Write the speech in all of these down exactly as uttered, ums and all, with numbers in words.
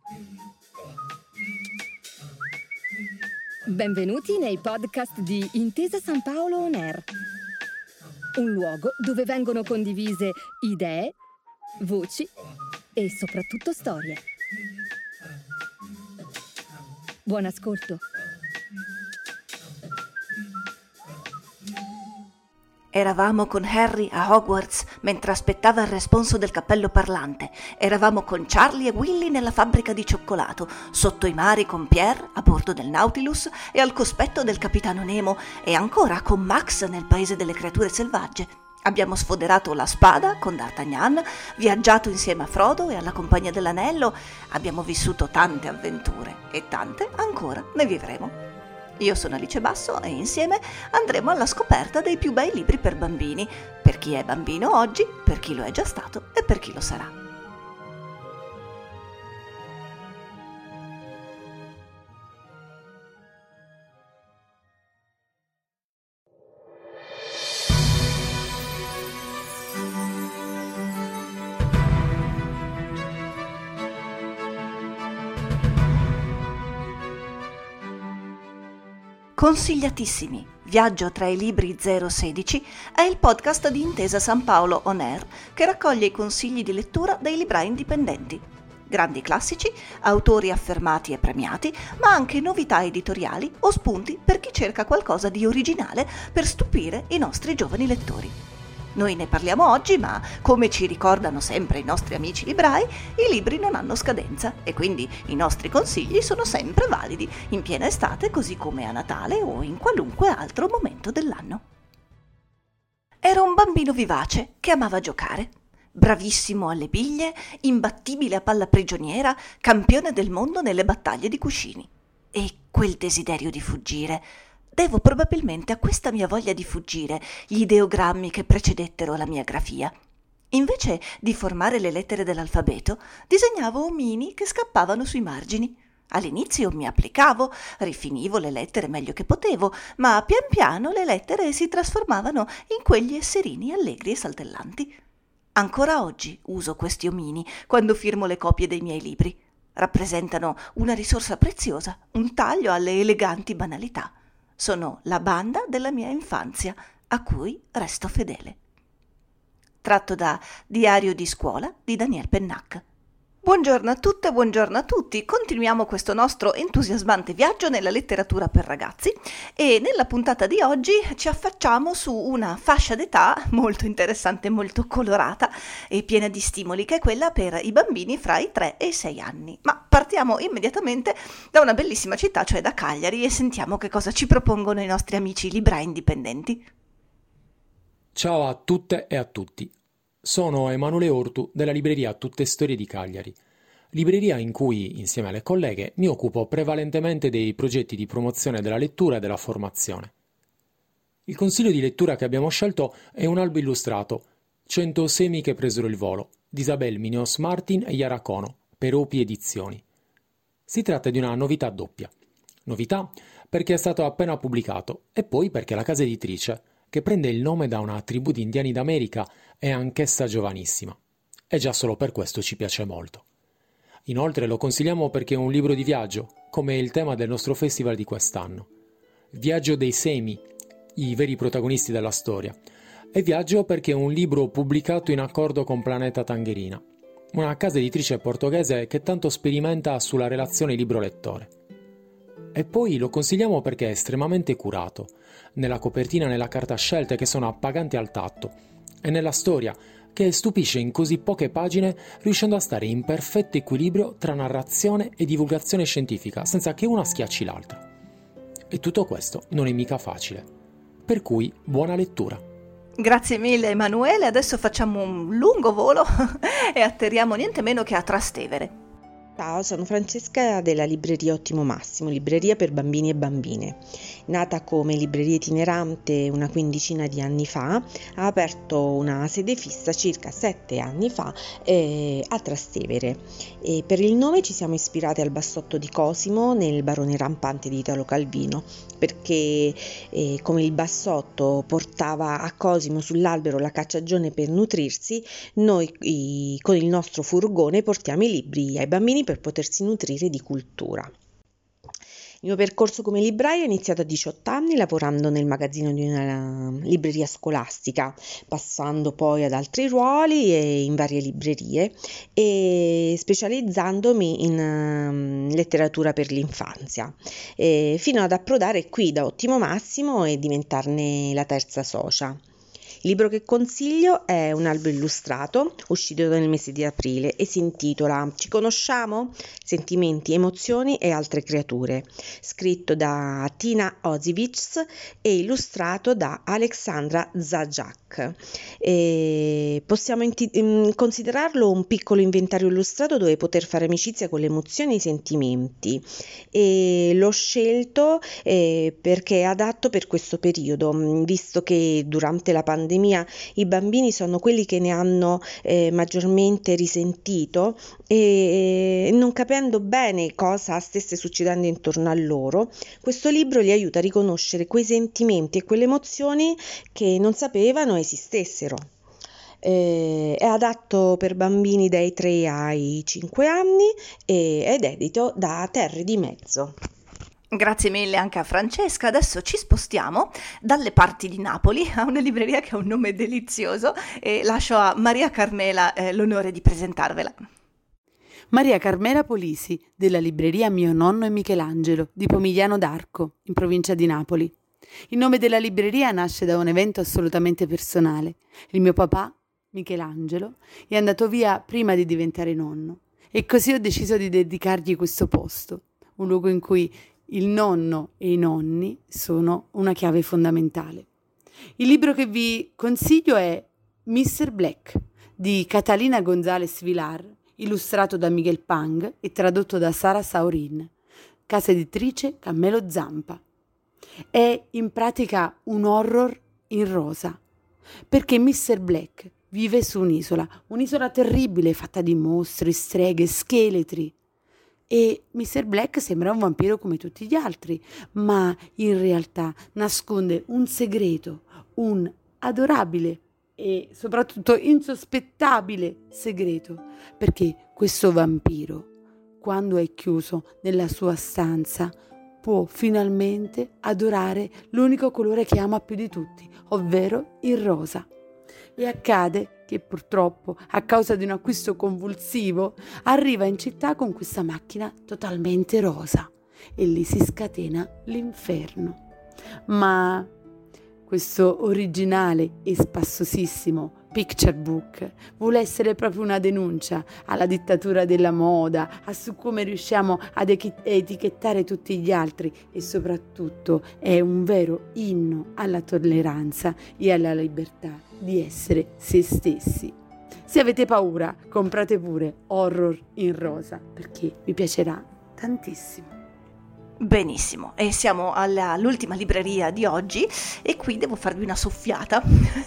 Benvenuti nei podcast di Intesa San Paolo On Air, un luogo dove vengono condivise idee, voci e soprattutto storie. Buon ascolto. Eravamo con Harry a Hogwarts mentre aspettava il responso del cappello parlante. Eravamo con Charlie e Willy nella fabbrica di cioccolato, sotto i mari con Pierre a bordo del Nautilus e al cospetto del capitano Nemo, e ancora con Max nel paese delle creature selvagge. Abbiamo sfoderato la spada con D'Artagnan, viaggiato insieme a Frodo e alla Compagnia dell'Anello. Abbiamo vissuto tante avventure e tante ancora ne vivremo. Io sono Alice Basso e insieme andremo alla scoperta dei più bei libri per bambini, per chi è bambino oggi, per chi lo è già stato e per chi lo sarà. Consigliatissimi, Viaggio tra i libri zero sedici è il podcast di Intesa San Paolo On Air che raccoglie i consigli di lettura dei librai indipendenti. Grandi classici, autori affermati e premiati, ma anche novità editoriali o spunti per chi cerca qualcosa di originale per stupire i nostri giovani lettori. Noi ne parliamo oggi, ma come ci ricordano sempre i nostri amici librai, i libri non hanno scadenza e quindi i nostri consigli sono sempre validi in piena estate così come a Natale o in qualunque altro momento dell'anno. Era un bambino vivace che amava giocare. Bravissimo alle biglie, imbattibile a palla prigioniera, campione del mondo nelle battaglie di cuscini. E quel desiderio di fuggire. Devo probabilmente a questa mia voglia di fuggire gli ideogrammi che precedettero la mia grafia. Invece di formare le lettere dell'alfabeto, disegnavo omini che scappavano sui margini. All'inizio mi applicavo, rifinivo le lettere meglio che potevo, ma pian piano le lettere si trasformavano in quegli esserini allegri e saltellanti. Ancora oggi uso questi omini quando firmo le copie dei miei libri. Rappresentano una risorsa preziosa, un taglio alle eleganti banalità. Sono la banda della mia infanzia, a cui resto fedele. Tratto da Diario di scuola di Daniel Pennac. Buongiorno a tutte e buongiorno a tutti. Continuiamo questo nostro entusiasmante viaggio nella letteratura per ragazzi e nella puntata di oggi ci affacciamo su una fascia d'età molto interessante, molto colorata e piena di stimoli, che è quella per i bambini fra i tre e i sei anni. Ma partiamo immediatamente da una bellissima città, cioè da Cagliari, e sentiamo che cosa ci propongono i nostri amici librai indipendenti. Ciao a tutte e a tutti. Sono Emanuele Ortu della libreria Tutte Storie di Cagliari, libreria in cui, insieme alle colleghe, mi occupo prevalentemente dei progetti di promozione della lettura e della formazione. Il consiglio di lettura che abbiamo scelto è un albo illustrato, Cento semi che presero il volo, di Isabel Minos Martin e Yara Kono, per Opi Edizioni. Si tratta di una novità doppia. Novità perché è stato appena pubblicato e poi perché la casa editrice, che prende il nome da una tribù di indiani d'America, è anch'essa giovanissima. E già solo per questo ci piace molto. Inoltre lo consigliamo perché è un libro di viaggio, come il tema del nostro festival di quest'anno. Viaggio dei semi, i veri protagonisti della storia. E viaggio perché è un libro pubblicato in accordo con Planeta Tangherina, una casa editrice portoghese che tanto sperimenta sulla relazione libro-lettore. E poi lo consigliamo perché è estremamente curato, nella copertina e nella carta scelte che sono appaganti al tatto, e nella storia che stupisce in così poche pagine, riuscendo a stare in perfetto equilibrio tra narrazione e divulgazione scientifica, senza che una schiacci l'altra. E tutto questo non è mica facile. Per cui buona lettura. Grazie mille Emanuele, adesso facciamo un lungo volo e atterriamo niente meno che a Trastevere. Ciao, sono Francesca della libreria Ottimo Massimo, libreria per bambini e bambine. Nata come libreria itinerante una quindicina di anni fa, ha aperto una sede fissa circa sette anni fa eh, a Trastevere. E per il nome ci siamo ispirati al bassotto di Cosimo nel Barone Rampante di Italo Calvino, perché eh, come il bassotto portava a Cosimo sull'albero la cacciagione per nutrirsi, noi i, con il nostro furgone portiamo i libri ai bambini per potersi nutrire di cultura. Il mio percorso come libraia è iniziato a diciotto anni lavorando nel magazzino di una libreria scolastica, passando poi ad altri ruoli e in varie librerie e specializzandomi in um, letteratura per l'infanzia, e fino ad approdare qui da Ottimo Massimo e diventarne la terza socia. Il libro che consiglio è un albo illustrato, uscito nel mese di aprile e si intitola Ci conosciamo? Sentimenti, emozioni e altre creature, scritto da Tina Ozivich e illustrato da Alexandra Zajac. E possiamo inti- considerarlo un piccolo inventario illustrato dove poter fare amicizia con le emozioni e i sentimenti, e l'ho scelto eh, perché è adatto per questo periodo, visto che durante la pandemia i bambini sono quelli che ne hanno eh, maggiormente risentito e non capendo bene cosa stesse succedendo intorno a loro, questo libro li aiuta a riconoscere quei sentimenti e quelle emozioni che non sapevano esistessero. Eh, è adatto per bambini dai tre ai cinque anni e, ed edito da Terre di Mezzo. Grazie mille anche a Francesca. Adesso ci spostiamo dalle parti di Napoli a una libreria che ha un nome delizioso e lascio a Maria Carmela eh, l'onore di presentarvela. Maria Carmela Polisi, della libreria Mio Nonno e Michelangelo di Pomigliano d'Arco, in provincia di Napoli. Il nome della libreria nasce da un evento assolutamente personale. Il mio papà, Michelangelo, è andato via prima di diventare nonno e così ho deciso di dedicargli questo posto, un luogo in cui il nonno e i nonni sono una chiave fondamentale. Il libro che vi consiglio è mister Black di Catalina González Villar, illustrato da Miguel Pang e tradotto da Sara Saurin, casa editrice Cammelo Zampa. È in pratica un horror in rosa, perché mister Black vive su un'isola, un'isola terribile fatta di mostri, streghe, scheletri. E mister Black sembra un vampiro come tutti gli altri, ma in realtà nasconde un segreto, un adorabile e soprattutto insospettabile segreto, perché questo vampiro, quando è chiuso nella sua stanza, può finalmente adorare l'unico colore che ama più di tutti, ovvero il rosa. E accade che purtroppo, a causa di un acquisto convulsivo, arriva in città con questa macchina totalmente rosa e lì si scatena l'inferno. Ma questo originale e spassosissimo picture book vuole essere proprio una denuncia alla dittatura della moda, a su come riusciamo ad etichettare tutti gli altri e soprattutto è un vero inno alla tolleranza e alla libertà di essere se stessi. Se avete paura, comprate pure Horror in rosa perché vi piacerà tantissimo. Benissimo, e siamo alla, all'ultima libreria di oggi e qui devo farvi una soffiata.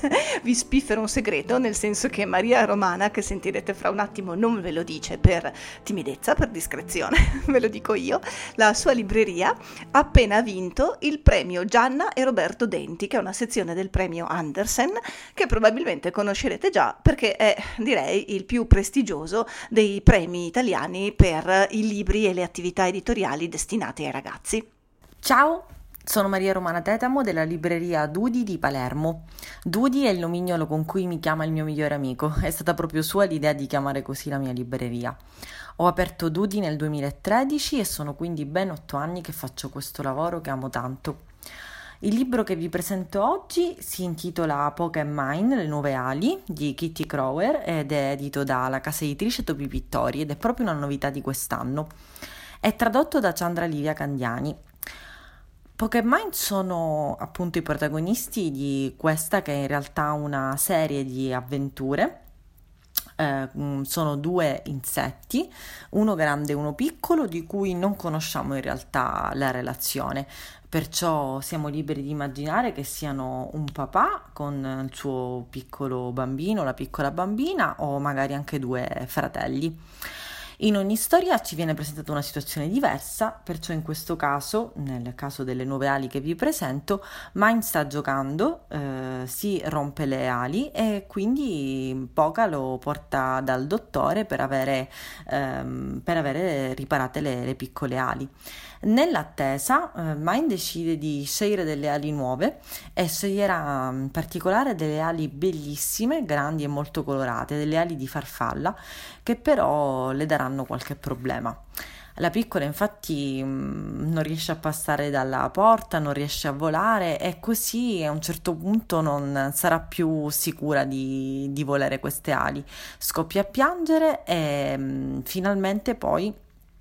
Vi spiffero un segreto, nel senso che Maria Romana, che sentirete fra un attimo, non ve lo dice per timidezza, per discrezione, ve lo dico io. La sua libreria ha appena vinto il premio Gianna e Roberto Denti, che è una sezione del premio Andersen, che probabilmente conoscerete già perché è, direi, il più prestigioso dei premi italiani per i libri e le attività editoriali destinati ai ragazzi. Ragazzi. Ciao, sono Maria Romana Tetamo della libreria Dudi di Palermo. Dudi è il nomignolo con cui mi chiama il mio migliore amico, è stata proprio sua l'idea di chiamare così la mia libreria. Ho aperto Dudi nel duemilatredici e sono quindi ben otto anni che faccio questo lavoro che amo tanto. Il libro che vi presento oggi si intitola Pokémon, le nuove ali di Kitty Crower ed è edito dalla casa editrice Topi Pittori ed è proprio una novità di quest'anno. È tradotto da Chandra Livia Candiani. Pokémon sono appunto i protagonisti di questa che è in realtà una serie di avventure. Eh, sono due insetti, uno grande e uno piccolo, di cui non conosciamo in realtà la relazione, perciò siamo liberi di immaginare che siano un papà con il suo piccolo bambino, la piccola bambina o magari anche due fratelli. In ogni storia ci viene presentata una situazione diversa, perciò in questo caso, nel caso delle nuove ali che vi presento, Mine sta giocando, eh, si rompe le ali e quindi Poca lo porta dal dottore per avere, ehm, per avere riparate le, le piccole ali. Nell'attesa, eh, Mine decide di scegliere delle ali nuove e sceglierà in particolare delle ali bellissime, grandi e molto colorate, delle ali di farfalla che però le daranno qualche problema. La piccola infatti mh, non riesce a passare dalla porta, non riesce a volare e così a un certo punto non sarà più sicura di, di volare queste ali. Scoppia a piangere e mh, finalmente poi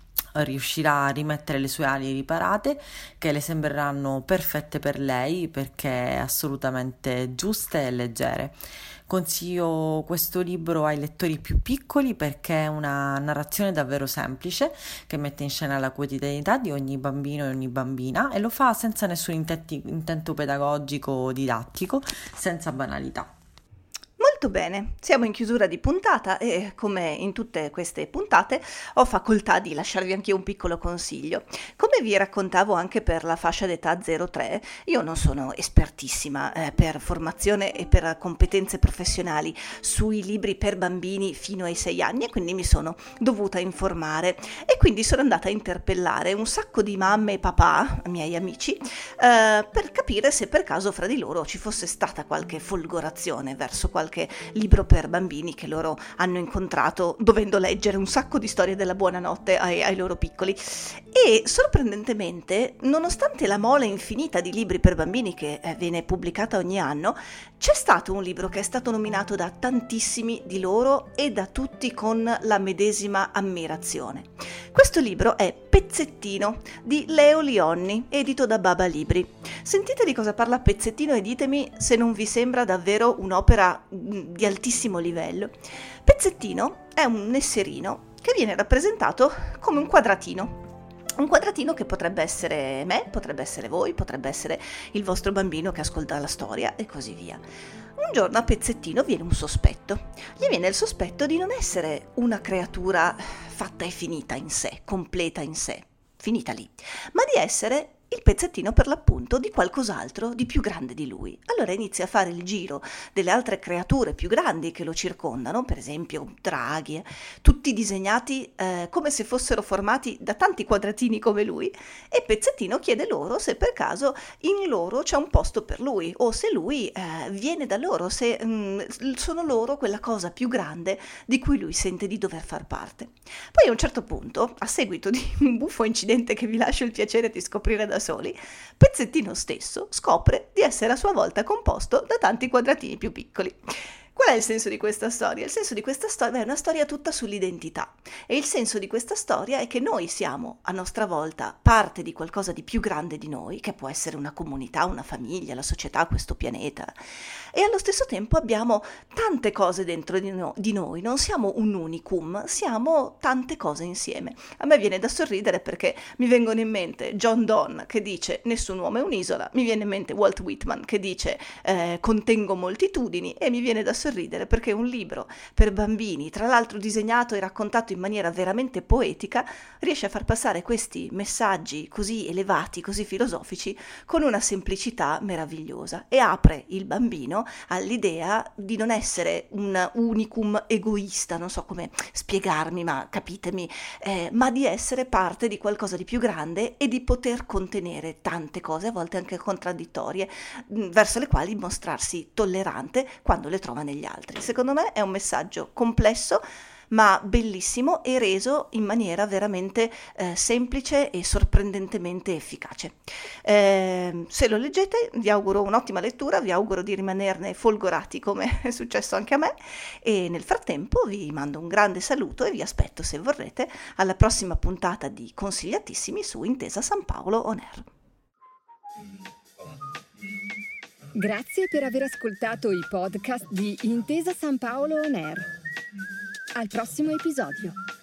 riuscirà a rimettere le sue ali riparate, che le sembreranno perfette per lei perché assolutamente giuste e leggere. Consiglio questo libro ai lettori più piccoli perché è una narrazione davvero semplice che mette in scena la quotidianità di ogni bambino e ogni bambina e lo fa senza nessun intenti- intento pedagogico o didattico, senza banalità. Molto bene, siamo in chiusura di puntata e come in tutte queste puntate ho facoltà di lasciarvi anche un piccolo consiglio. Come vi raccontavo anche per la fascia d'età zero tre, io non sono espertissima eh, per formazione e per competenze professionali sui libri per bambini fino ai sei anni e quindi mi sono dovuta informare e quindi sono andata a interpellare un sacco di mamme e papà, miei amici, eh, per capire se per caso fra di loro ci fosse stata qualche folgorazione verso qualche libro per bambini che loro hanno incontrato dovendo leggere un sacco di storie della buonanotte ai, ai loro piccoli. E sorprendentemente, nonostante la mole infinita di libri per bambini che eh, viene pubblicata ogni anno, c'è stato un libro che è stato nominato da tantissimi di loro e da tutti con la medesima ammirazione. Questo libro è Pezzettino di Leo Lionni, edito da Baba Libri. Sentite di cosa parla Pezzettino e ditemi se non vi sembra davvero un'opera di altissimo livello. Pezzettino è un esserino che viene rappresentato come un quadratino. Un quadratino che potrebbe essere me, potrebbe essere voi, potrebbe essere il vostro bambino che ascolta la storia e così via. Un giorno a Pezzettino viene un sospetto. Gli viene il sospetto di non essere una creatura fatta e finita in sé, completa in sé, finita lì, ma di essere il pezzettino per l'appunto di qualcos'altro di più grande di lui. Allora inizia a fare il giro delle altre creature più grandi che lo circondano, per esempio draghi, tutti disegnati eh, come se fossero formati da tanti quadratini come lui, e Pezzettino chiede loro se per caso in loro c'è un posto per lui o se lui eh, viene da loro, se mh, sono loro quella cosa più grande di cui lui sente di dover far parte. Poi a un certo punto, a seguito di un buffo incidente che vi lascio il piacere di scoprire da soli, Pezzettino stesso scopre di essere a sua volta composto da tanti quadratini più piccoli. Qual è il senso di questa storia? Il senso di questa storia è una storia tutta sull'identità e il senso di questa storia è che noi siamo a nostra volta parte di qualcosa di più grande di noi, che può essere una comunità, una famiglia, la società, questo pianeta, e allo stesso tempo abbiamo tante cose dentro di, no- di noi, non siamo un unicum, siamo tante cose insieme. A me viene da sorridere perché mi vengono in mente John Donne che dice nessun uomo è un'isola, mi viene in mente Walt Whitman che dice eh, contengo moltitudini, e mi viene da sorridere sorridere perché un libro per bambini, tra l'altro disegnato e raccontato in maniera veramente poetica, riesce a far passare questi messaggi così elevati, così filosofici, con una semplicità meravigliosa e apre il bambino all'idea di non essere un unicum egoista, non so come spiegarmi, ma capitemi, eh, ma di essere parte di qualcosa di più grande e di poter contenere tante cose, a volte anche contraddittorie, mh, verso le quali mostrarsi tollerante quando le trova negli altri. Secondo me è un messaggio complesso ma bellissimo e reso in maniera veramente eh, semplice e sorprendentemente efficace. Eh, se lo leggete vi auguro un'ottima lettura, vi auguro di rimanerne folgorati come è successo anche a me, e nel frattempo vi mando un grande saluto e vi aspetto, se vorrete, alla prossima puntata di Consigliatissimi su Intesa San Paolo On Air. Grazie per aver ascoltato i podcast di Intesa San Paolo On Air. Al prossimo episodio.